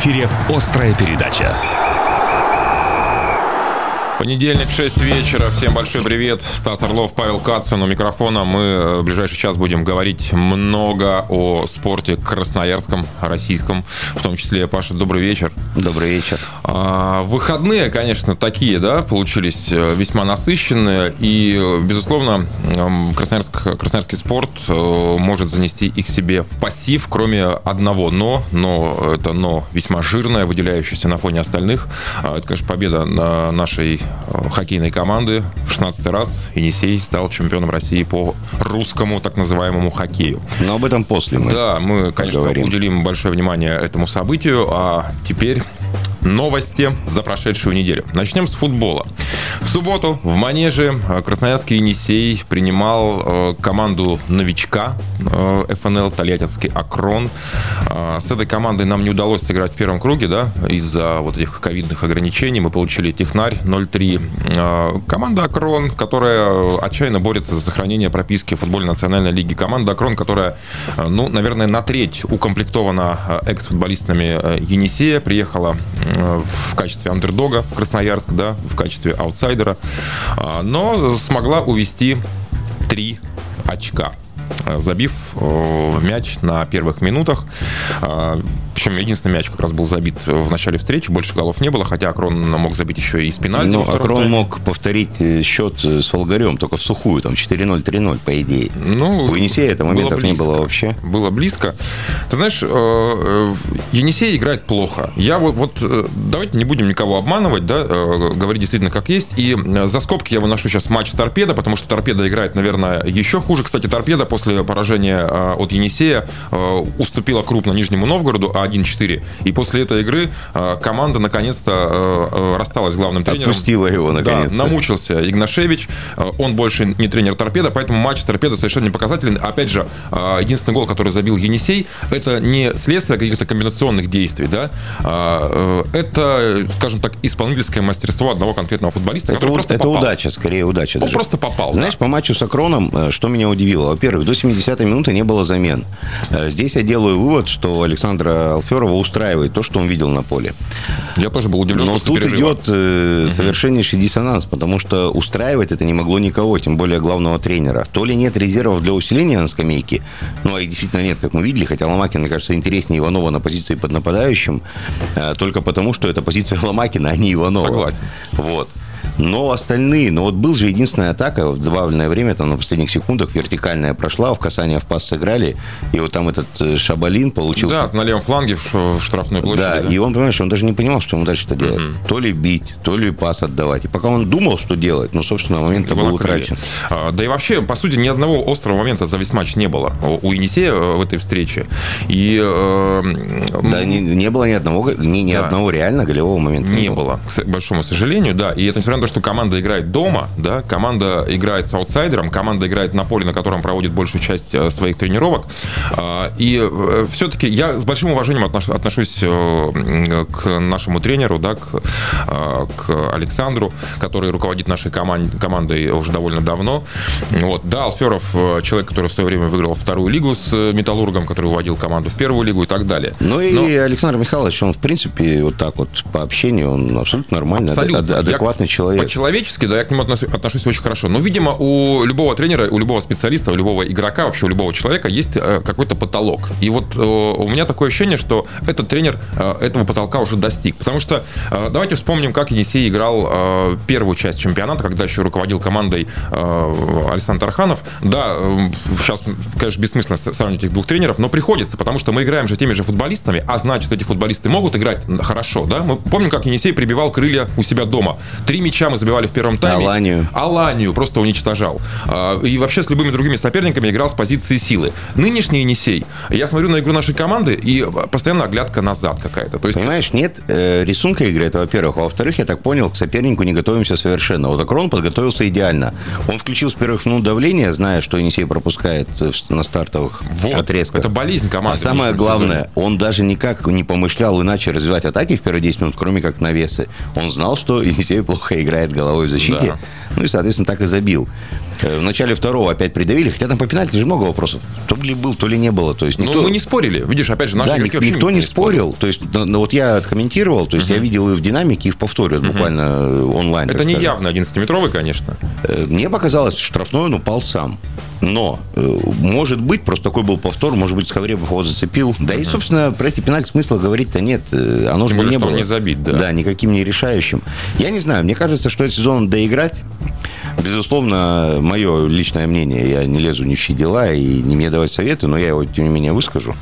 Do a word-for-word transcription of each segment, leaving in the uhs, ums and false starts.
эфире «Острая передача». Понедельник, шесть вечера. Всем большой привет. Стас Орлов, Павел Кацин у микрофона. Мы в ближайший час будем говорить много о спорте красноярском, российском. В том числе, Паша, добрый вечер. Добрый вечер. А, выходные, конечно, такие, да, получились весьма насыщенные. И, безусловно, красноярск, красноярский спорт может занести их себе в пассив, кроме одного «но». Но это «но» весьма жирное, выделяющееся на фоне остальных. Это, конечно, победа на нашей хоккейной команды. В шестнадцатый раз Енисей стал чемпионом России по русскому так называемому хоккею. Но об этом после мы Да, мы, конечно, поговорим. Уделим большое внимание этому событию. А теперь новости за прошедшую неделю. Начнем с футбола. В субботу в манеже красноярский Енисей принимал команду новичка эф эн эл Тольяттинский Акрон. С этой командой нам не удалось сыграть в первом круге, да, из-за вот этих ковидных ограничений. Мы получили технарь ноль три. Команда Акрон, которая отчаянно борется за сохранение прописки футбольной национальной лиги. Команда Акрон, которая, ну, наверное, на треть укомплектована экс-футболистами Енисея, приехала в качестве андердога в Красноярск, да, в качестве аутсайдера, но смогла увести три очка, забив мяч на первых минутах. Причем единственный мяч как раз был забит в начале встречи, больше голов не было, хотя Акрон мог забить еще и с пенальти. Ну, Акрон мог повторить счет с Волгарем, только в сухую, там четыре ноль, три ноль, по идее. Ну, у Енисея этого моментов было не было вообще. Было близко. Ты знаешь, Енисей играет плохо. Я вот, вот давайте не будем никого обманывать, да, говорить действительно как есть. И за скобки я выношу сейчас матч с Торпедо, потому что Торпедо играет, наверное, еще хуже. Кстати, Торпедо после поражения от Енисея уступила крупно Нижнему Новгороду один четыре. И после этой игры команда наконец-то рассталась с главным тренером. Отпустила его наконец-то. Да, намучился Игнашевич. Он больше не тренер Торпедо, поэтому матч с Торпедо совершенно не показательный. Опять же, единственный гол, который забил Енисей, это не следствие каких-то комбинационных действий, да? Это, скажем так, исполнительское мастерство одного конкретного футболиста, это, который просто это попал. удача, скорее удача. Он даже. просто попал. Знаешь, да? по матчу с Акроном, что меня удивило? Во-первых, до семидесятой минуты не было замен. Здесь я делаю вывод, что Александра Алферова устраивает то, что он видел на поле. Я тоже был удивлен. Но тут перерыва. идет э, совершеннейший диссонанс, потому что устраивать это не могло никого, тем более главного тренера. То ли нет резервов для усиления на скамейке, ну, а их действительно нет, как мы видели, хотя Ломакин, мне кажется, интереснее Иванова на позиции под нападающим, э, только потому, что это позиция Ломакина, а не Иванова. Согласен. Вот. Но остальные, ну вот был же единственная атака в добавленное время, там на последних секундах вертикальная прошла, в касание в пас сыграли, и вот там этот Шабалин получил... Да, на левом фланге в штрафной площади. Да, да, и он, понимаешь, он даже не понимал, что ему дальше-то делать. Mm-hmm. То ли бить, то ли пас отдавать. И пока он думал, что делать, ну, собственно, момент был утрачен. А, да и вообще, по сути, ни одного острого момента за весь матч не было у Енисея в этой встрече. И... Э, да, не, не было ни одного, ни, ни да. одного реально голевого момента. Не, не было, к большому сожалению, да. И это несмотря на то, что команда играет дома, да, команда играет с аутсайдером, команда играет на поле, на котором проводит большую часть своих тренировок. И все-таки я с большим уважением отношусь к нашему тренеру, да, к, к Александру, который руководит нашей команд, командой уже довольно давно. Вот. Да, Алферов человек, который в свое время выиграл вторую лигу с Металлургом, который уводил команду в первую лигу и так далее. Ну и Но... Александр Михайлович, он в принципе вот так вот по общению, он абсолютно нормальный, абсолютно. адекватный я... человек. По-человечески, да, я к нему отношусь, отношусь очень хорошо. Но, видимо, у любого тренера, у любого специалиста, у любого игрока, вообще у любого человека есть какой-то потолок. И вот у меня такое ощущение, что этот тренер этого потолка уже достиг. Потому что давайте вспомним, как Енисей играл первую часть чемпионата, когда еще руководил командой Александр Тарханов. Да, сейчас, конечно, бессмысленно сравнивать этих двух тренеров, но приходится, потому что мы играем же теми же футболистами, а значит, эти футболисты могут играть хорошо, да? Мы помним, как Енисей прибивал крылья у себя дома. Три мяча мы забивали в первом тайме. Аланию. Аланию просто уничтожал. И вообще с любыми другими соперниками играл с позиции силы. Нынешний Енисей, я смотрю на игру нашей команды, и постоянно оглядка назад какая-то. То есть... Понимаешь, нет э, рисунка игры, это во-первых. А во-вторых, я так понял, к сопернику не готовимся совершенно. Вот Акрон подготовился идеально. Он включил с первых минут давление, зная, что Енисей пропускает на стартовых вот, отрезках. Это болезнь команды. А самое главное, он даже никак не помышлял иначе развивать атаки в первые десять минут, кроме как навесы. Он знал, что Енисей плохо плохо, играет головой в защите. Да. Ну и, соответственно, так и забил. В начале второго опять придавили, хотя там по пенальти же много вопросов. То ли был, то ли не было. То есть никто... Ну, мы не спорили. Видишь, опять же, наши да, игроки никто не, не спорил. спорил. То есть, ну, вот я откомментировал, то есть uh-huh. я видел и в динамике, и в повторе, uh-huh. буквально онлайн. Это не явно одиннадцатиметровый, конечно. Мне показалось, штрафной он упал сам. Но, может быть, просто такой был повтор, может быть, Схавребов его зацепил. Да uh-huh. и, собственно, про эти пенальти смысла говорить-то нет. Оно же не было. Он не забит, да. Да, никаким не решающим. Я не знаю, мне кажется, что этот сезон доиграть. Безусловно, мое личное мнение, я не лезу ни в чьи дела и не мне давать советы, но я его, тем не менее, выскажу.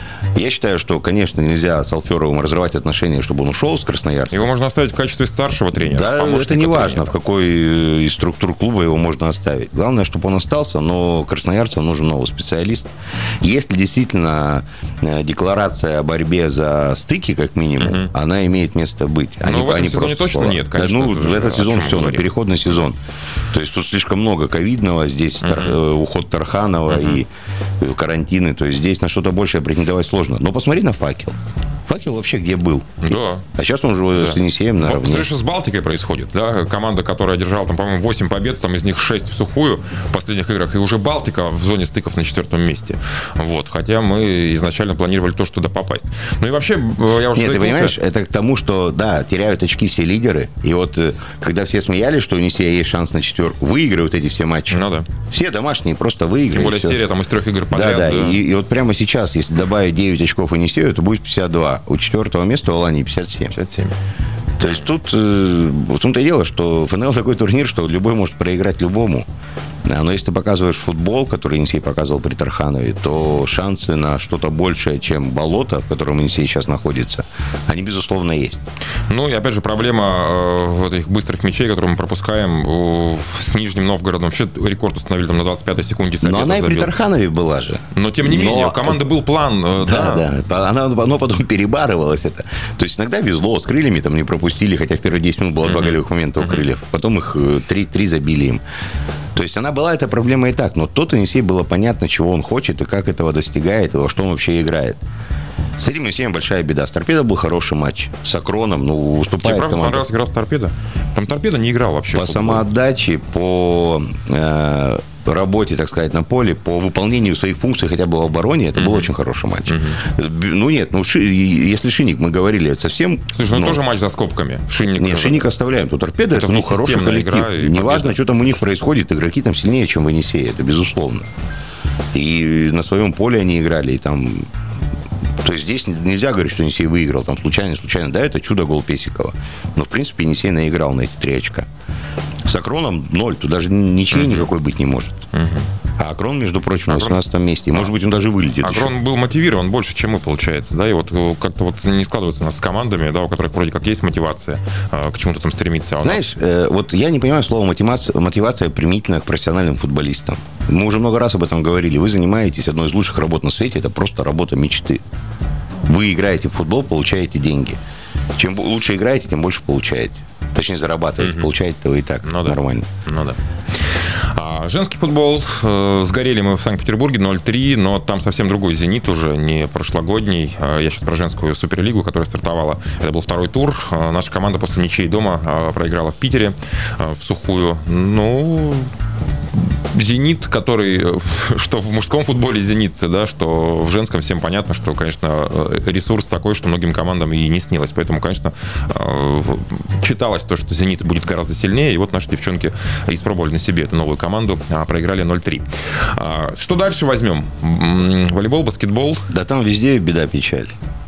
Я считаю, что, конечно, нельзя с Алферовым разрывать отношения, чтобы он ушел с Красноярска. Его можно оставить в качестве старшего тренера. Да, это не важно, в какой из структур клуба его можно оставить. Главное, чтобы он остался, но красноярцам нужен новый специалист. Если действительно декларация о борьбе за стыки, как минимум, угу. она имеет место быть. Но ну, в этом сезоне точно слова. Нет, конечно. Да, ну, в этот сезон все, ну, переходный сезон. То есть тут слишком много ковидного, здесь угу. тар, уход Тарханова угу. и карантины. То есть здесь на что-то большее претендовать сложно. Но посмотри на «Факел». «Факел» вообще где был? Да. А сейчас он уже да. с Енисеем наравне. Смотри, что с Балтикой происходит. Да? Команда, которая одержала, там, по-моему, восемь побед, там из них шесть в сухую в последних играх. И уже Балтика в зоне стыков на четвертом месте. Вот. Хотя мы изначально планировали то, что туда попасть. Ну и вообще, я уже Нет, ты понимаешь, это к тому, что, да, теряют очки все лидеры. И вот, когда все смеялись, что у Енисея есть шанс на четверку, выигрывают эти все матчи. Ну да. Все домашние просто выигрывают. Тем более все. Серия там из трех игр подряд. Да, да. да. И, и вот прямо сейчас, если добавить девять очков Енисею, то будет пятьдесят два. У четвертого места у Алании пятьдесят семь. пятьдесят семь. То есть тут э, в том-то и дело, что ФНЛ такой турнир, что любой может проиграть любому. Но если ты показываешь футбол, который Енисей показывал при Тарханове, то шансы на что-то большее, чем болото, в котором Енисей сейчас находится, они, безусловно, есть. Ну и опять же проблема э, вот этих быстрых мячей, которые мы пропускаем э, с Нижним Новгородом. Вообще рекорд установили там на двадцать пятой секунде. Но она и при Тарханове была же. Но тем не Но... менее, у команды был план. Э, да, да, да. Она, оно потом перебарывалось это. То есть иногда везло, с крыльями там не пропустили, хотя в первые десять минут было mm-hmm. два голевых момента у крыльев. Потом их три, три забили им. То есть она была эта проблема и так, но тот Енисей было понятно, чего он хочет и как этого достигает, и во что он вообще играет. С этим Енисеем большая беда. С Торпедо был хороший матч. С Акроном, ну, уступает. Тебе правда команда. понравилась игра с Торпедо? Там Торпедо не играл вообще. По самоотдаче, по э, работе, так сказать, на поле, по выполнению своих функций хотя бы в обороне, это mm-hmm. был очень хороший матч. Mm-hmm. Ну нет, ну Ши, если Шинник, мы говорили, совсем... Слушай, ну, ну тоже матч за скобками. Шинник... Нет, Шинник оставляем. Тут Торпедо, это, это ну, хороший коллектив. Неважно, что там у них происходит, игроки там сильнее, чем в Енисее, это безусловно. И на своем поле они играли, и там... То есть здесь нельзя говорить, что Енисей выиграл, там случайно, случайно. Да, это чудо-гол Песикова. Но, в принципе, Енисей наиграл на эти три очка. С Акроном ноль, тут даже ничьей uh-huh. никакой быть не может. Uh-huh. А Акрон, между прочим, на восемнадцатом месте. И, может быть, он даже вылетит. Акрон еще. Был мотивирован больше, чем мы, получается. Да, и вот как-то вот не складывается у нас с командами, да, у которых вроде как есть мотивация к чему-то там стремиться. А Знаешь, нас... э, вот я не понимаю слово мотивация, мотивация применительно к профессиональным футболистам. Мы уже много раз об этом говорили. Вы занимаетесь одной из лучших работ на свете. Это просто работа мечты. Вы играете в футбол, получаете деньги. Чем лучше играете, тем больше получаете. Точнее, зарабатываете. Mm-hmm. Получаете-то вы и так ну, нормально. Да. Ну да. А, женский футбол. Э, сгорели мы в Санкт-Петербурге ноль три, но там совсем другой «Зенит» уже, не прошлогодний. А, я сейчас про женскую суперлигу, которая стартовала. Это был второй тур. А, наша команда после ничьей дома а, проиграла в Питере а, в сухую. Ну... «Зенит», который, что в мужском футболе «Зенит», да, что в женском, всем понятно, что, конечно, ресурс такой, что многим командам и не снилось. Поэтому, конечно, читалось то, что «Зенит» будет гораздо сильнее. И вот наши девчонки испробовали на себе эту новую команду, проиграли ноль три. Что дальше возьмем? Волейбол, баскетбол? Да там везде беда-печаль.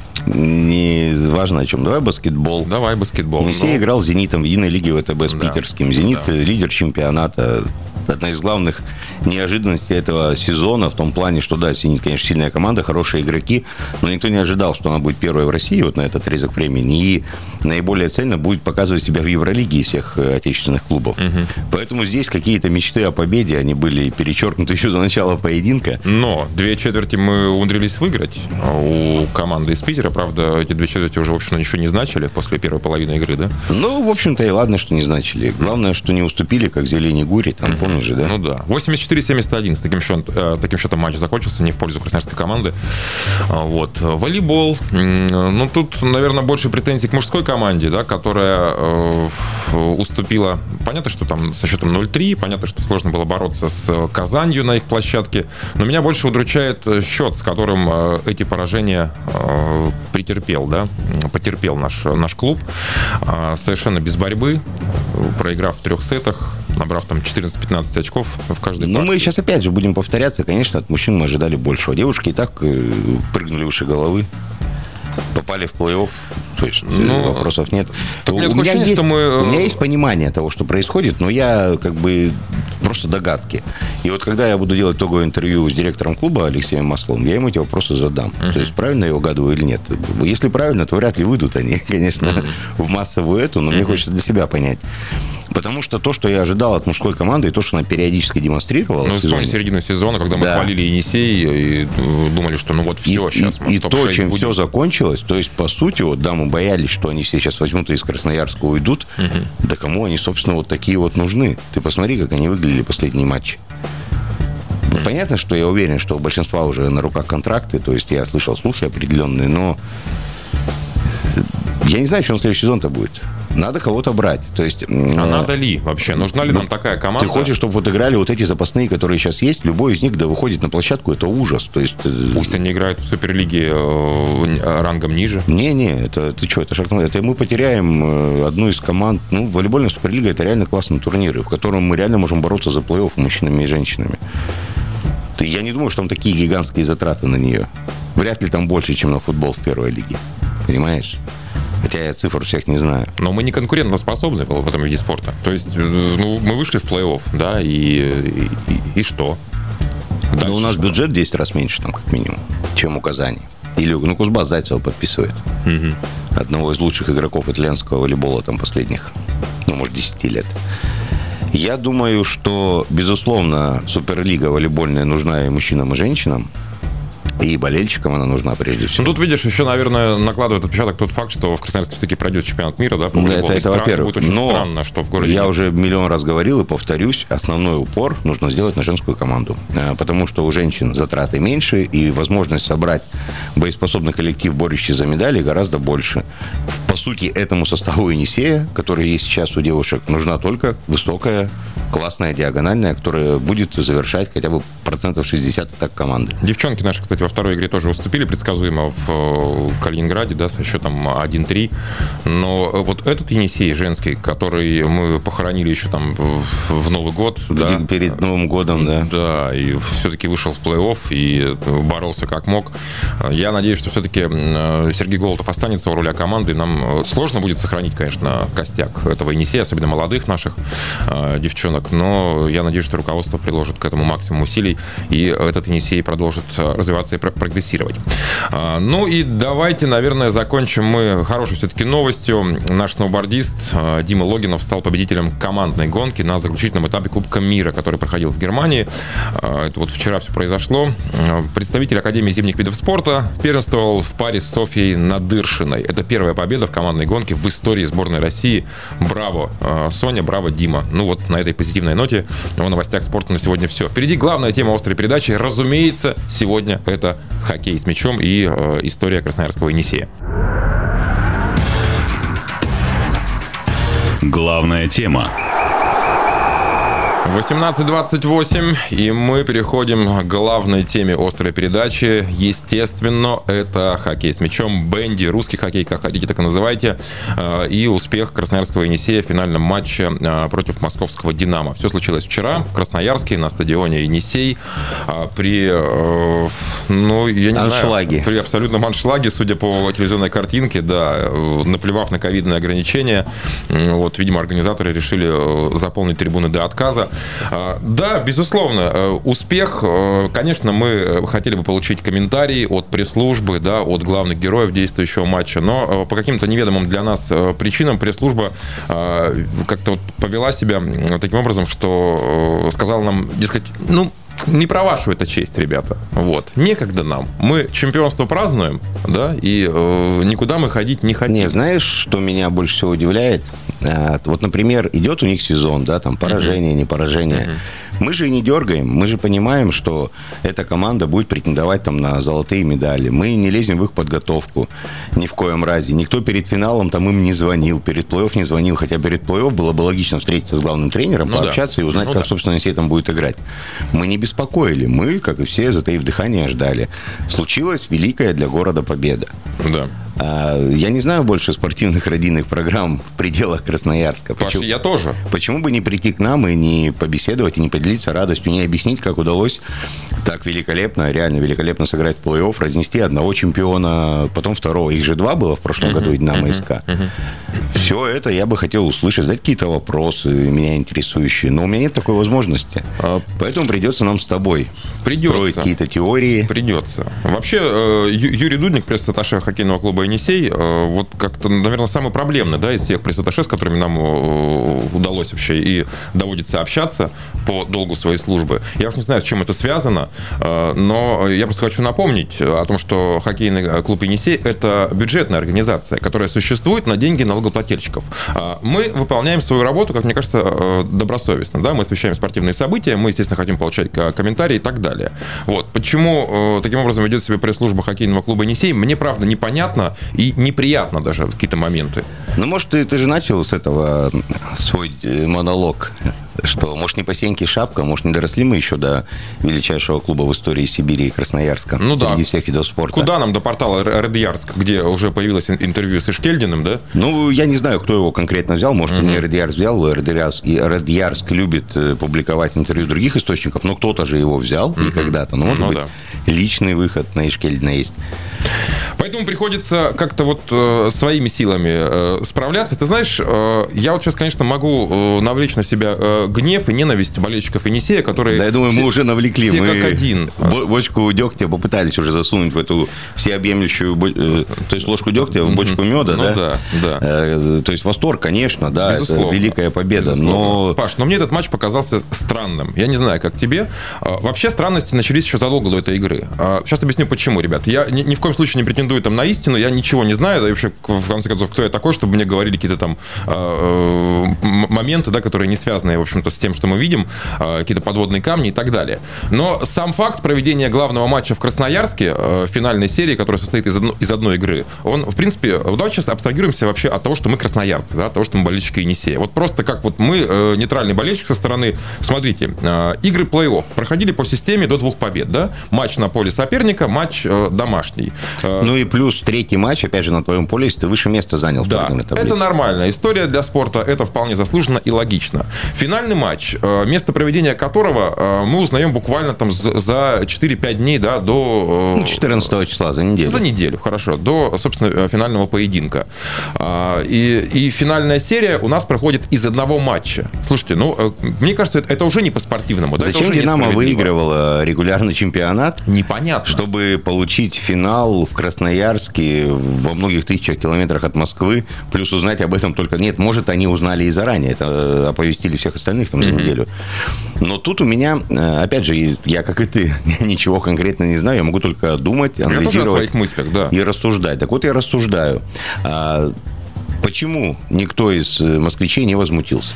Не важно о чем. Давай баскетбол. Давай баскетбол. Енисей Но... играл с «Зенитом» в единой лиге ВТБ с да. питерским. «Зенит» да. лидер чемпионата. Одна из главных неожиданностей этого сезона в том плане, что, да, «Зенит», конечно, сильная команда, хорошие игроки, но никто не ожидал, что она будет первой в России вот на этот отрезок времени и наиболее цельно будет показывать себя в Евролиге из всех отечественных клубов. Угу. Поэтому здесь какие-то мечты о победе, они были перечеркнуты еще до начала поединка. Но две четверти мы умудрились выиграть у команды из Питера. Правда, эти две четверти уже, в общем, ничего не значили после первой половины игры, да? Ну, в общем-то, и ладно, что не значили. Главное, что не уступили, как Зелени Гури. Там, помнишь, помнишь же, да? Ну да. восемьдесят четыре семьдесят один. С таким, счет, таким счетом матч закончился, не в пользу красноярской команды. Вот. Волейбол. Ну, тут, наверное, больше претензий к мужской команде, да, которая э, уступила. Понятно, что там со счетом ноль три, понятно, что сложно было бороться с Казанью на их площадке, но меня больше удручает счет, с которым э, эти поражения э, претерпел, да, потерпел наш, наш клуб. Э, совершенно без борьбы, проиграв в трех сетах, набрав там четырнадцать-пятнадцать очков в каждой партии. Ну, мы сейчас опять же будем повторяться. Конечно, от мужчин мы ожидали большего. Девушки и так э, прыгнули выше головы, попали в плей-офф. То есть ну, вопросов нет. У, меня ощущение, есть, что мы... у меня есть понимание того, что происходит, но я как бы просто догадки. И вот когда я буду делать итоговое интервью с директором клуба Алексеем Масловым, я ему эти вопросы задам. Uh-huh. То есть правильно я угадываю или нет. Если правильно, то вряд ли выйдут они, конечно, uh-huh. в массовую эту, но uh-huh. мне хочется для себя понять. Потому что то, что я ожидал от мужской команды, и то, что она периодически демонстрировала... Ну, вспомни середину сезона, когда мы да. хвалили Енисей и думали, что ну вот все, и, сейчас и, мы и то, чем будем. все закончилось, то есть, по сути, вот, да, мы боялись, что они все сейчас возьмут и из Красноярска уйдут. Угу. Да кому они, собственно, вот такие вот нужны? Ты посмотри, как они выглядели последние матчи. Угу. Понятно, что я уверен, что у большинства уже на руках контракты, то есть я слышал слухи определенные, но я не знаю, что на следующий сезон-то будет. Надо кого-то брать. То есть, а э... надо ли вообще? Нужна ли нам такая команда? Ты хочешь, чтобы вот играли вот эти запасные, которые сейчас есть? Любой из них, когда выходит на площадку, это ужас. То есть... Пусть они играют в Суперлиге э, рангом ниже. Не-не, это ты что, это шаг назад. Это мы потеряем одну из команд. Ну, волейбольная Суперлига — это реально классные турниры, в котором мы реально можем бороться за плей-офф мужчинами и женщинами. Я не думаю, что там такие гигантские затраты на нее. Вряд ли там больше, чем на футбол в первой лиге. Понимаешь? Хотя я цифр всех не знаю. Но мы не конкурентоспособны в этом виде спорта. То есть, ну, мы вышли в плей-офф, да, и, и, и что? Дальше ну, у нас что? Бюджет в десять раз меньше, там, как минимум, чем у Казани. Или, ну, Кузбасс Зайцева подписывает. Угу. Одного из лучших игроков итальянского волейбола там последних, ну, может, десять лет. Я думаю, что, безусловно, Суперлига волейбольная нужна и мужчинам, и женщинам. И болельщикам она нужна прежде всего. Ну, тут, видишь, еще, наверное, накладывает отпечаток тот факт, что в Красноярске все-таки пройдет чемпионат мира, да, по волейболу. Да, это, это во-первых. Будет очень но странно, что в городе... Я нет. уже миллион раз говорил и повторюсь, основной упор нужно сделать на женскую команду. Потому что у женщин затраты меньше, и возможность собрать боеспособный коллектив, борющий за медали, гораздо больше. По сути, этому составу Енисея, который есть сейчас у девушек, нужна только высокая, классная, диагональная, которая будет завершать хотя бы процентов шестьдесят атак команды. Девчонки наши, кстати, во второй игре тоже уступили предсказуемо в Калининграде, да, со счетом один три. Но вот этот Енисей женский, который мы похоронили еще там в Новый год. Да, перед Новым годом, да. Да, и все-таки вышел в плей-офф и боролся как мог. Я надеюсь, что все-таки Сергей Голотов останется у руля команды. Нам сложно будет сохранить, конечно, костяк этого Енисея, особенно молодых наших девчонок. Но я надеюсь, что руководство приложит к этому максимум усилий, и этот Енисей продолжит развиваться и прогрессировать. Ну и давайте, наверное, закончим мы хорошей все-таки новостью. Наш сноубордист Дима Логинов стал победителем командной гонки на заключительном этапе Кубка мира, который проходил в Германии. Это вот вчера все произошло. Представитель Академии зимних видов спорта первенствовал в паре с Софьей Надыршиной. Это первая победа в командной гонке в истории сборной России. Браво, Соня, браво, Дима. Ну вот на этой позитивной ноте о новостях спорта на сегодня все. Впереди главная тема острой передачи. Разумеется, сегодня это хоккей с мячом и э, история красноярского Енисея. Главная тема. восемнадцать двадцать восемь, и мы переходим к главной теме острой передачи. Естественно, это хоккей с мячом, бенди, русский хоккей, как хотите, так и называйте, и успех красноярского Енисея в финальном матче против московского «Динамо». Все случилось вчера в Красноярске на стадионе Енисей при, ну, я не аншлаге. знаю, при абсолютном аншлаге, судя по телевизионной картинке, да, наплевав на ковидные ограничения, вот, видимо, организаторы решили заполнить трибуны до отказа. Да, безусловно, успех. Конечно, мы хотели бы получить комментарии от пресс-службы, да, от главных героев действующего матча, но по каким-то неведомым для нас причинам пресс-служба как-то вот повела себя таким образом, что сказала нам, дескать, ну, не про вашу это честь, ребята. Вот. Некогда нам. Мы чемпионство празднуем, да, и э, никуда мы ходить не хотим. Не, знаешь, что меня больше всего удивляет? Вот, например, идет у них сезон, да, там поражение, uh-huh. не поражение. Uh-huh. Мы же и не дергаем, мы же понимаем, что эта команда будет претендовать там на золотые медали. Мы не лезем в их подготовку ни в коем разе. Никто перед финалом там им не звонил, перед плей-офф не звонил, хотя перед плей-офф было бы логично встретиться с главным тренером, ну, пообщаться да. и узнать, ну, как, да. собственно, Енисей там будет играть. Мы не беспокоили, мы, как и все, затаив дыхание, ждали. Случилась великая для города победа. Да. Я не знаю больше спортивных родийных программ в пределах Красноярска. Паша, почему, я тоже. Почему бы не прийти к нам и не побеседовать, и не поделиться радостью, не объяснить, как удалось так великолепно, реально великолепно сыграть в плей-офф, разнести одного чемпиона, потом второго. Их же два было в прошлом uh-huh, году, и Динамо uh-huh, СК. Uh-huh. Все это я бы хотел услышать, задать какие-то вопросы, меня интересующие. Но у меня нет такой возможности. А... Поэтому придется нам с тобой придется. строить какие-то теории. Придется. Вообще, Юрий Дудник, пресс-атташе хоккейного клуба «Енисей», вот как-то, наверное, самый проблемный, да, из всех пресс-атташе, с которыми нам удалось вообще и доводится общаться по долгу своей службы. Я уж не знаю, с чем это связано, но я просто хочу напомнить о том, что хоккейный клуб «Енисей» — это бюджетная организация, которая существует на деньги налогоплательщиков. Мы выполняем свою работу, как мне кажется, добросовестно. Да? Мы освещаем спортивные события, мы, естественно, хотим получать комментарии и так далее. Вот. Почему таким образом ведет себя пресс-служба хоккейного клуба «Енисей», мне, правда, непонятно и неприятно даже в какие-то моменты. Ну, может, ты, ты же начал с этого свой монолог, что, может, не по сеньке шапка, может, не доросли мы еще до величайшего клуба в истории Сибири и Красноярска. Ну среди да. всех видов спорта. Куда нам до портала Редъярск, где уже появилось интервью с Ишкельдиным, да? Ну, я не знаю, кто его конкретно взял. Может, uh-huh. не Редъярск взял. Редъярск, и Редъярск любит публиковать интервью других источников, но кто-то же его взял uh-huh. и когда-то. Ну, может ну, быть, да. личный выход на Ишкельдина есть. Поэтому приходится как-то вот э, своими силами э, справляться. Ты знаешь, э, я вот сейчас, конечно, могу э, навлечь на себя э, гнев и ненависть болельщиков Енисея, которые... Да, я думаю, все, мы уже навлекли. Все мы как один. Бочку дегтя попытались уже засунуть в эту всеобъемлющую... Э, то есть ложку дегтя в бочку меда, ну, да? да, да. Э, то есть восторг, конечно, да, безусловно, это великая победа. Безусловно. Но... Паш, но мне этот матч показался странным. Я не знаю, как тебе. Вообще странности начались еще задолго до этой игры. Сейчас объясню, почему, ребят. Я ни, ни в коем случае не претендую там на истину, я ничего не знаю, да и вообще, в конце концов, кто я такой, чтобы мне говорили какие-то там э, моменты, да, которые не связаны, в общем-то, с тем, что мы видим, э, какие-то подводные камни и так далее. Но сам факт проведения главного матча в Красноярске, э, финальной серии, которая состоит из, одно, из одной игры, он, в принципе, давайте сейчас абстрагируемся вообще от того, что мы красноярцы, да, от того, что мы болельщики Енисея. Вот просто как вот мы, э, нейтральный болельщик со стороны, смотрите, э, игры плей-офф проходили по системе до двух побед, да, матч на поле соперника, матч э, домашний. Э, ну и плюс третий матч, опять же, на твоем поле, если ты выше места занял в да, это нормальная история для спорта, это вполне заслуженно и логично. Финальный матч, место проведения которого мы узнаем буквально там за четыре-пять дней, да, до... четырнадцатого числа, за неделю. За неделю, хорошо, до, собственно, финального поединка. И, и финальная серия у нас проходит из одного матча. Слушайте, ну, мне кажется, это, это уже не по-спортивному. Да? Зачем Динамо выигрывала регулярный чемпионат? Непонятно. Чтобы получить финал в Красноярске во многих тысячах километрах от Москвы, плюс узнать об этом только... Нет, может, они узнали и заранее, это оповестили всех остальных там за mm-hmm. неделю. Но тут у меня, опять же, я, как и ты, ничего конкретно не знаю, я могу только думать, анализировать. Я тоже о своих мыслях, да. И рассуждать. Так вот, я рассуждаю. Почему никто из москвичей не возмутился?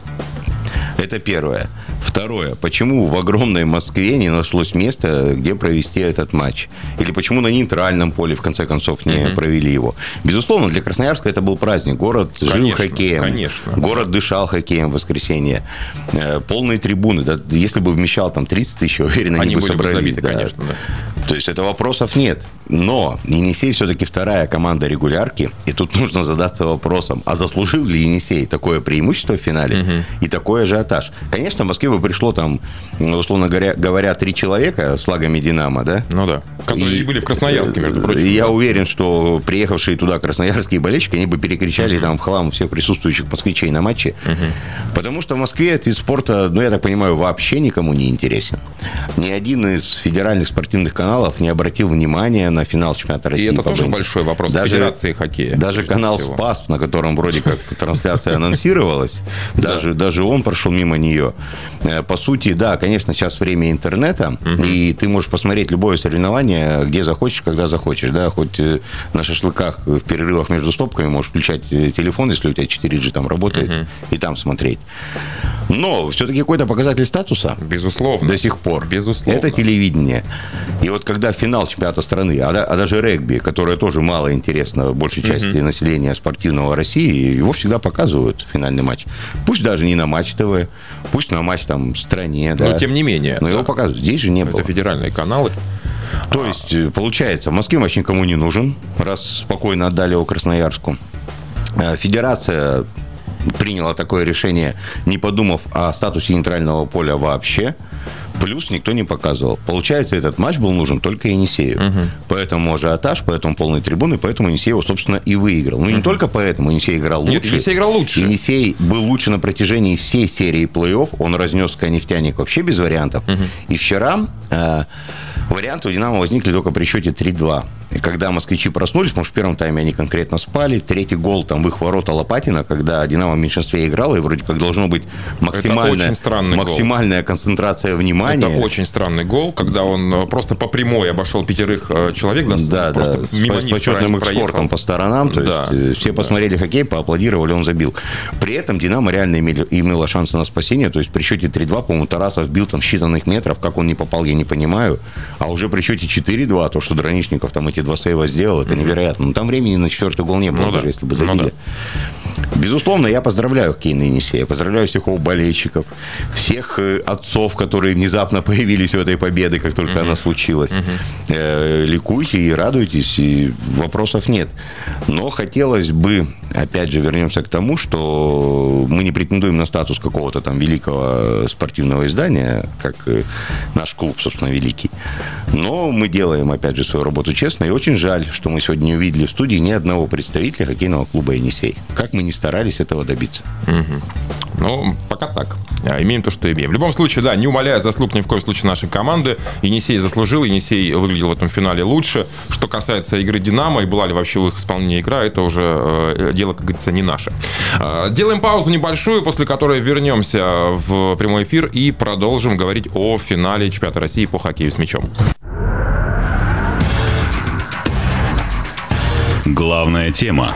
Это первое. Второе. Почему в огромной Москве не нашлось места, где провести этот матч? Или почему на нейтральном поле, в конце концов, не uh-huh. провели его? Безусловно, для Красноярска это был праздник. Город конечно, жил хоккеем. Конечно. Город дышал хоккеем в воскресенье. Полные трибуны. Да, если бы вмещал там тридцать тысяч, я уверен, они, они бы собрались. Забиты, да. Конечно, да. То есть, это вопросов нет. Но Енисей все-таки вторая команда регулярки. И тут нужно задаться вопросом, а заслужил ли Енисей такое преимущество в финале uh-huh. и такой ажиотаж? Конечно, в Москве бы пришло там, условно говоря, говоря, три человека с флагами «Динамо», да? Ну да. Которые и были в Красноярске, между прочим. Я да. уверен, что приехавшие туда красноярские болельщики, они бы перекричали uh-huh. там в хлам всех присутствующих москвичей на матче. Uh-huh. Потому что в Москве этот вид спорта, ну, я так понимаю, вообще никому не интересен. Ни один из федеральных спортивных каналов не обратил внимания на финал чемпионата России. И это тоже большой вопрос даже, Федерации хоккея. Даже канал всего. «Спас», на котором вроде как трансляция анонсировалась, даже, даже он прошел мимо нее. По сути, да, конечно, конечно, сейчас время интернета, угу. и ты можешь посмотреть любое соревнование, где захочешь, когда захочешь, да, хоть на шашлыках в перерывах между стопками можешь включать телефон, если у тебя четыре джи там работает, угу. и там смотреть. Но все-таки какой-то показатель статуса. Безусловно. До сих пор. Безусловно. Это телевидение. И вот когда финал чемпионата страны, а, а даже регби, которое тоже мало интересно большей части угу. населения спортивного России, его всегда показывают, финальный матч. Пусть даже не на Матч ТВ, пусть на матч там в стране. Но да. тем не менее. Но да. его показывают. Здесь же не Это было. Это федеральные каналы. То есть, получается, в Москве матч никому не нужен, раз спокойно отдали его Красноярску. Федерация приняла такое решение, не подумав о статусе нейтрального поля вообще. Плюс никто не показывал. Получается, этот матч был нужен только Енисею. Угу. Поэтому ажиотаж, поэтому полные трибуны, поэтому Енисей его, собственно, и выиграл. Ну, угу. не только поэтому Енисей играл лучше. Нет, Енисей играл лучше. Енисей был лучше на протяжении всей серии плей-офф. Он разнес «Нефтяник» вообще без вариантов. Угу. И вчера э, варианты у «Динамо» возникли только при счете три-два. И когда москвичи проснулись, потому что в первом тайме они конкретно спали, третий гол там в их ворота Лопатина, когда «Динамо» в меньшинстве играла, и вроде как должно быть максимальная, максимальная концентрация внимания. Это очень странный гол, когда он просто по прямой обошел пятерых человек, да, просто да, мимо с них почетным экспортом по сторонам, то да, есть все посмотрели да. хоккей, поаплодировали, он забил. При этом «Динамо» реально имели, имела шансы на спасение, то есть при счете три-два, по-моему, Тарасов бил там считанных метров, как он не попал, я не понимаю, а уже при счете четыре-два, то, что Драничников там эти два сейва сделал, это невероятно. Но там времени на четвертый гол не было, ну, даже да. если бы забили. Ну, да. Безусловно, я поздравляю хоккейный Енисей, я поздравляю всех его болельщиков, всех отцов, которые внезапно появились в этой победе, как только uh-huh. она случилась. Uh-huh. Э, ликуйте и радуйтесь, и вопросов нет. Но хотелось бы, опять же, вернемся к тому, что мы не претендуем на статус какого-то там великого спортивного издания, как наш клуб, собственно, великий. Но мы делаем, опять же, свою работу честно, и очень жаль, что мы сегодня не увидели в студии ни одного представителя хоккейного клуба «Енисей». Как мы не старались этого добиться. Угу. Ну, пока так. Имеем то, что имеем. В любом случае, да, не умаляя заслуг ни в коем случае нашей команды, Енисей заслужил, Енисей выглядел в этом финале лучше. Что касается игры «Динамо» и была ли вообще в их исполнении игра, это уже э, дело, как говорится, не наше. Э, делаем паузу небольшую, после которой вернемся в прямой эфир и продолжим говорить о финале чемпионата России по хоккею с мячом. Главная тема.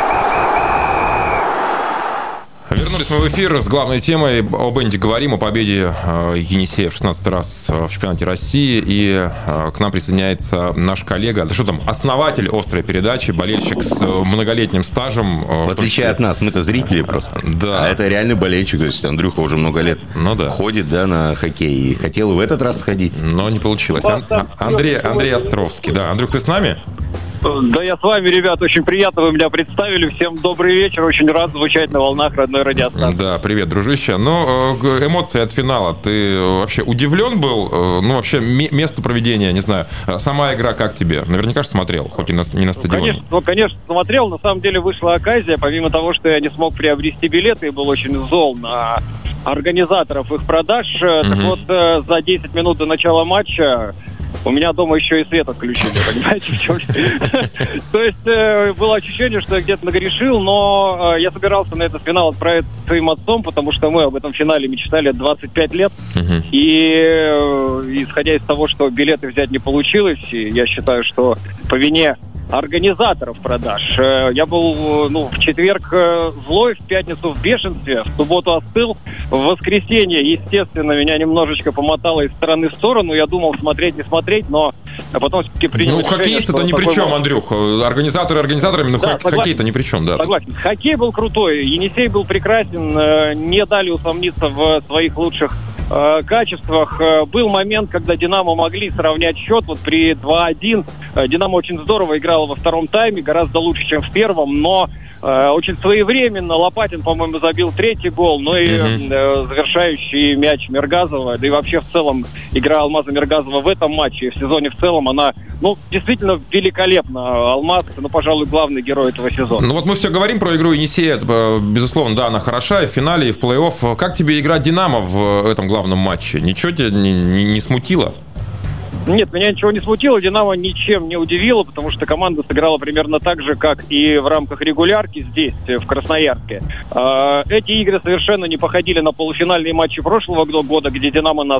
Вернулись мы в эфир с главной темой. Об Энде говорим, о победе Енисея в шестнадцатый раз в чемпионате России. И к нам присоединяется наш коллега, да что там, основатель «Острой передачи», болельщик с многолетним стажем. В отличие от нас, мы-то зрители просто. Да. А это реальный болельщик. То есть Андрюха уже много лет ну, да. ходит да, на хоккей. И хотел в этот раз сходить. Но не получилось. Ан- Андрей, Андрей Островский. Да, Андрюх, ты с нами? Да, я с вами, ребят, очень приятно, вы меня представили. Всем добрый вечер, очень рад звучать на волнах родной радиостанции. Да, привет, дружище. Ну, эмоции от финала. Ты вообще удивлен был? Ну, вообще, место проведения, не знаю, сама игра как тебе? Наверняка же смотрел, хоть и на, не на стадионе. Конечно, ну, конечно, смотрел. На самом деле вышла оказия, помимо того, что я не смог приобрести билеты и был очень зол на организаторов их продаж. Mm-hmm. Так вот, за десять минут до начала матча у меня дома еще и свет отключили, понимаете, в чем? То есть было ощущение, что я где-то нагрешил, но я собирался на этот финал отправить своим отцом, потому что мы об этом финале мечтали двадцать пять лет. И исходя из того, что билеты взять не получилось, я считаю, что по вине организаторов продаж. Я был ну, в четверг злой, в пятницу в бешенстве, в субботу остыл, в воскресенье, естественно, меня немножечко помотало из стороны в сторону. Я думал смотреть, не смотреть, но потом все-таки принял. Ну, хоккеист-то ни при чем, Андрюх. Организаторы организаторами, но да, хоккей-то ни при чем, да. Согласен. Хоккей был крутой, Енисей был прекрасен, не дали усомниться в своих лучших качествах. Был момент, когда «Динамо» могли сравнять счет вот при два-один. «Динамо» очень здорово играло во втором тайме, гораздо лучше, чем в первом, но э, очень своевременно. Лопатин, по-моему, забил третий гол, ну и mm-hmm. э, завершающий мяч Мергазова, да и вообще в целом игра Алмаза Мергазова в этом матче и в сезоне в целом, она, ну, действительно великолепна. Алмаз, ну, пожалуй, главный герой этого сезона. Ну вот мы все говорим про игру Енисея, безусловно, да, она хороша и в финале, и в плей-офф. Как тебе игра «Динамо» в этом главном матче? Ничего тебя не, не, не смутило? Нет, меня ничего не смутило, «Динамо» ничем не удивило, потому что команда сыграла примерно так же, как и в рамках регулярки здесь, в Красноярске. Эти игры совершенно не походили на полуфинальные матчи прошлого года, где «Динамо» нас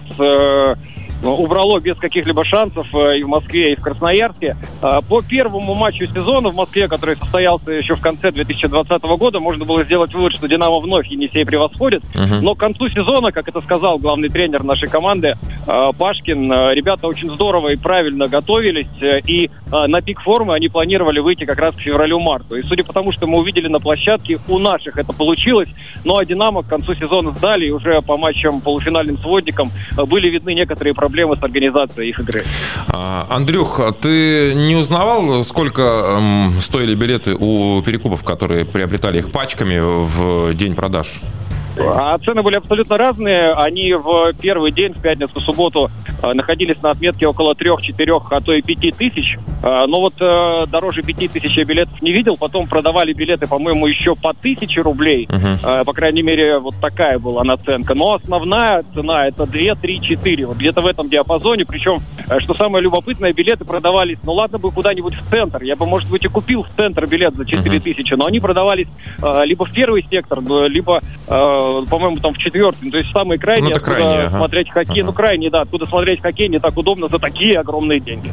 убрало без каких-либо шансов и в Москве, и в Красноярске. По первому матчу сезона в Москве, который состоялся еще в конце две тысячи двадцатого года, можно было сделать вывод, что «Динамо» вновь Енисей превосходит. Uh-huh. Но к концу сезона, как это сказал главный тренер нашей команды Пашкин, ребята очень здорово и правильно готовились, и на пик формы они планировали выйти как раз к февралю-марту. И судя по тому, что мы увидели на площадке, у наших это получилось. Ну а «Динамо» к концу сезона сдали, и уже по матчам полуфинальным сводникам были видны некоторые проблемы проблемы с организацией их игры. А, Андрюх, ты не узнавал, сколько эм, стоили билеты у перекупов, которые приобретали их пачками в день продаж? А цены были абсолютно разные. Они в первый день, в пятницу, субботу, находились на отметке около трех, четырех, а то и пяти тысяч. Но вот дороже пяти тысяч я билетов не видел. Потом продавали билеты, по-моему, еще по тысяче рублей. Uh-huh. По крайней мере, вот такая была наценка. Но основная цена — это две, три, четыре. Вот где-то в этом диапазоне. Причем, что самое любопытное, билеты продавались, ну ладно бы куда-нибудь в центр. Я бы, может быть, и купил в центр билет за четыре тысячи. Uh-huh. Но они продавались либо в первый сектор, либо... по-моему, там в четвертом, то есть самые крайние, ну, откуда крайние, ага. смотреть хоккей, ага. ну, крайние, да, откуда смотреть хоккей не так удобно за такие огромные деньги.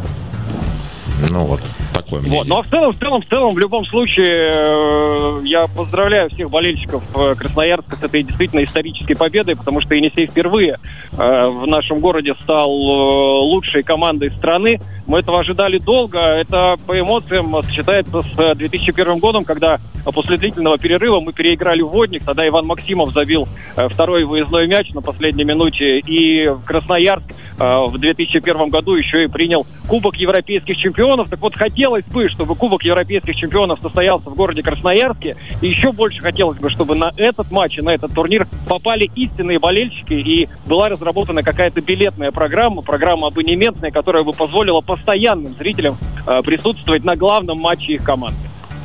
Ну, вот такое мнение. Вот. Ну, а в целом, в целом, в целом, в любом случае, я поздравляю всех болельщиков Красноярска с этой действительно исторической победой, потому что Енисей впервые в нашем городе стал лучшей командой страны. Мы этого ожидали долго. Это по эмоциям сочетается с две тысячи первым годом, когда после длительного перерыва мы переиграли в Водник. Тогда Иван Максимов забил второй выездной мяч на последней минуте. И Красноярск в две тысячи первом году еще и принял Кубок Европейских чемпионов. Так вот, хотелось бы, чтобы Кубок Европейских чемпионов состоялся в городе Красноярске. И еще больше хотелось бы, чтобы на этот матч, на этот турнир попали истинные болельщики. И была разработана какая-то билетная программа, программа абонементная, которая бы позволила постоянным зрителям э, присутствовать на главном матче их команды.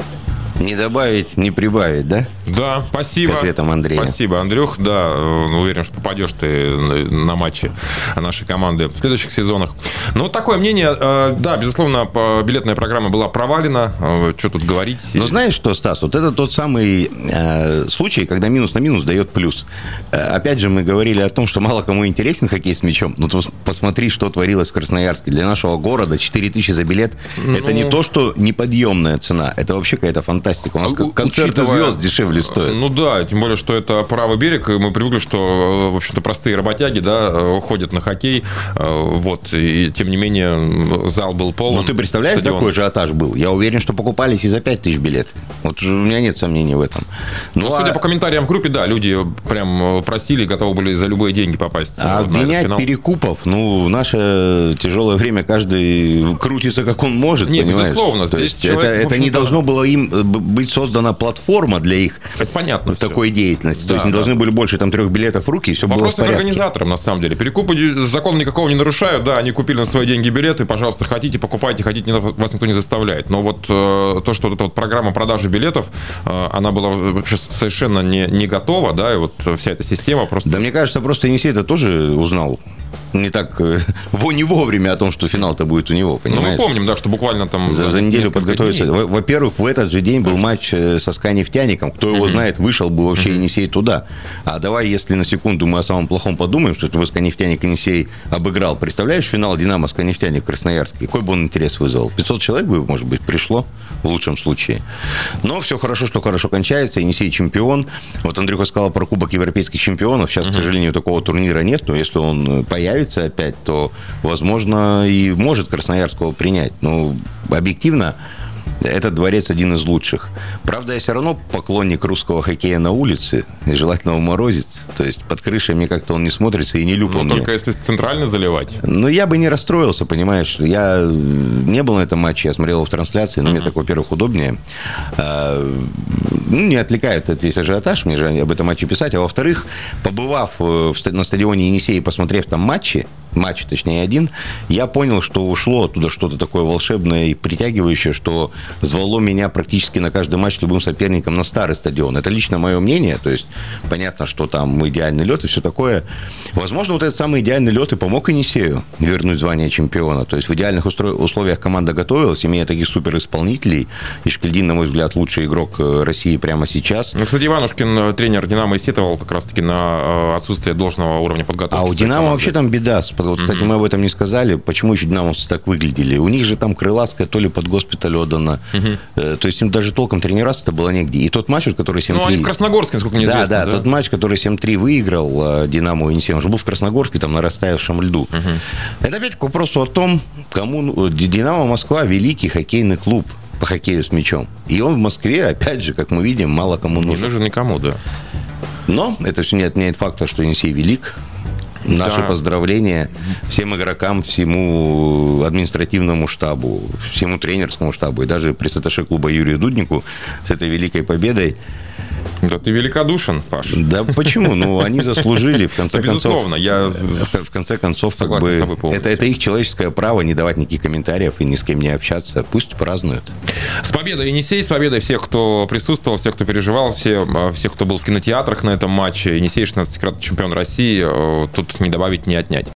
Не добавить, не прибавить, да? Да, спасибо. К ответам Андрея. Спасибо, Андрюх. Да, уверен, что попадешь ты на матчи нашей команды в следующих сезонах. Ну, вот такое мнение. Да, безусловно, билетная программа была провалена. Что тут говорить? Ну, знаешь что, Стас, вот это тот самый э, случай, когда минус на минус дает плюс. Э, опять же, мы говорили о том, что мало кому интересен хоккей с мячом. Ну, то посмотри, что творилось в Красноярске. Для нашего города четыре тысячи за билет. Ну... Это не то, что неподъемная цена. Это вообще какая-то фантастика. У нас как концерты Учитывая... звезд дешевле стоят. Ну да, тем более, что это правый берег, и мы привыкли, что, в общем-то, простые работяги, да, ходят на хоккей, вот, и тем не менее зал был полон. Ну ты представляешь, стадион. Какой ажиотаж был? Я уверен, что покупались и за пять тысяч билеты. Вот у меня нет сомнений в этом. Ну, ну а... судя по комментариям в группе, да, люди прям просили, готовы были за любые деньги попасть. А вот обвинять перекупов, ну, в наше тяжелое время каждый крутится, как он может, нет, понимаешь? Безусловно. То здесь есть человек, это, это не должно было им быть создана платформа для их это понятно такой все. деятельности. Да, То есть не да. должны были больше там трех билетов в руки, и все Вопрос было в порядке. Вопрос к организаторам, на самом деле. Перекупы закон никакого не нарушают. Да, они купили на свои деньги билеты. Пожалуйста, хотите, покупайте, хотите, вас никто не заставляет. Но вот э, то, что вот эта вот программа продажи билетов, э, она была вообще совершенно не, не готова, да, и вот вся эта система просто... Да, мне кажется, просто Енисей это тоже узнал. Не так, не вовремя о том, что финал-то будет у него, понимаешь? Ну, мы помним, да, что буквально там... За, за неделю подготовиться. Дней. Во-первых, в этот же день был матч со СКА-нефтяником. Кто его mm-hmm. знает, вышел бы вообще mm-hmm. Енисей туда. А давай, если на секунду мы о самом плохом подумаем, что это бы СКА-нефтяник Енисей обыграл. Представляешь, финал «Динамо» СКА-нефтяник Красноярский? Какой бы он интерес вызвал? пятьсот человек бы, может быть, пришло в лучшем случае. Но все хорошо, что хорошо кончается. Енисей чемпион. Вот Андрюха сказал про Кубок Европейских чемпионов. Сейчас, mm-hmm. к сожалению, такого турнира нет. Но если он появится опять, то, возможно, и может Красноярского принять. Но объективно этот дворец один из лучших. Правда, я все равно поклонник русского хоккея на улице, и желательно в морозец. То есть под крышей мне как-то он не смотрится, и не любит. Ну, только мне. Если центрально заливать. Ну, я бы не расстроился, понимаешь. Я не был на этом матче, я смотрел его в трансляции, но uh-huh. мне так, во-первых, удобнее. А, ну, не отвлекает этот весь ажиотаж, мне же об этом матче писать. А во-вторых, побывав на стадионе Енисей и посмотрев там матчи, матч, точнее, один, я понял, что ушло оттуда что-то такое волшебное и притягивающее, что звало меня практически на каждый матч любым соперником на старый стадион. Это лично мое мнение, то есть понятно, что там идеальный лед и все такое. Возможно, вот этот самый идеальный лед и помог Енисею вернуть звание чемпиона. То есть в идеальных устро- условиях команда готовилась, имея таких суперисполнителей. Ишкельдин, на мой взгляд, лучший игрок России прямо сейчас. Ну, кстати, Иванушкин, тренер «Динамо», и сетовал как раз-таки на отсутствие должного уровня подготовки. А у «Динамо» вообще там беда. Вот, кстати, мы об этом не сказали. Почему еще «Динамовцы» так выглядели? У них же там Крылатская то ли под госпиталь отдана. Угу. То есть им даже толком тренироваться-то было негде. И тот матч, который семь три... Ну, они в Красногорске, насколько мне да, известно. Да, да, тот матч, который семь три выиграл «Динамо» и Енисей, он же был в Красногорске, там на растаявшем льду. Угу. Это опять к вопросу о том, кому... «Динамо» Москва – великий хоккейный клуб по хоккею с мячом. И он в Москве, опять же, как мы видим, мало кому нужен. Не нужен никому, да. Но это все не отменяет факта, что Енисей велик. Наши да. поздравления всем игрокам, всему административному штабу, всему тренерскому штабу и даже пресс-атташе клуба Юрию Дуднику с этой великой победой. Да ты великодушен, Паш. Да почему? Ну, они заслужили, в конце концов. Безусловно, я в конце концов, согласен как бы, с тобой полностью. Это, это их человеческое право не давать никаких комментариев и ни с кем не общаться. Пусть празднуют. С победой Енисей, с победой всех, кто присутствовал, всех, кто переживал, все, всех, кто был в кинотеатрах на этом матче. Енисей шестнадцатикратный чемпион России. Тут не добавить, не отнять.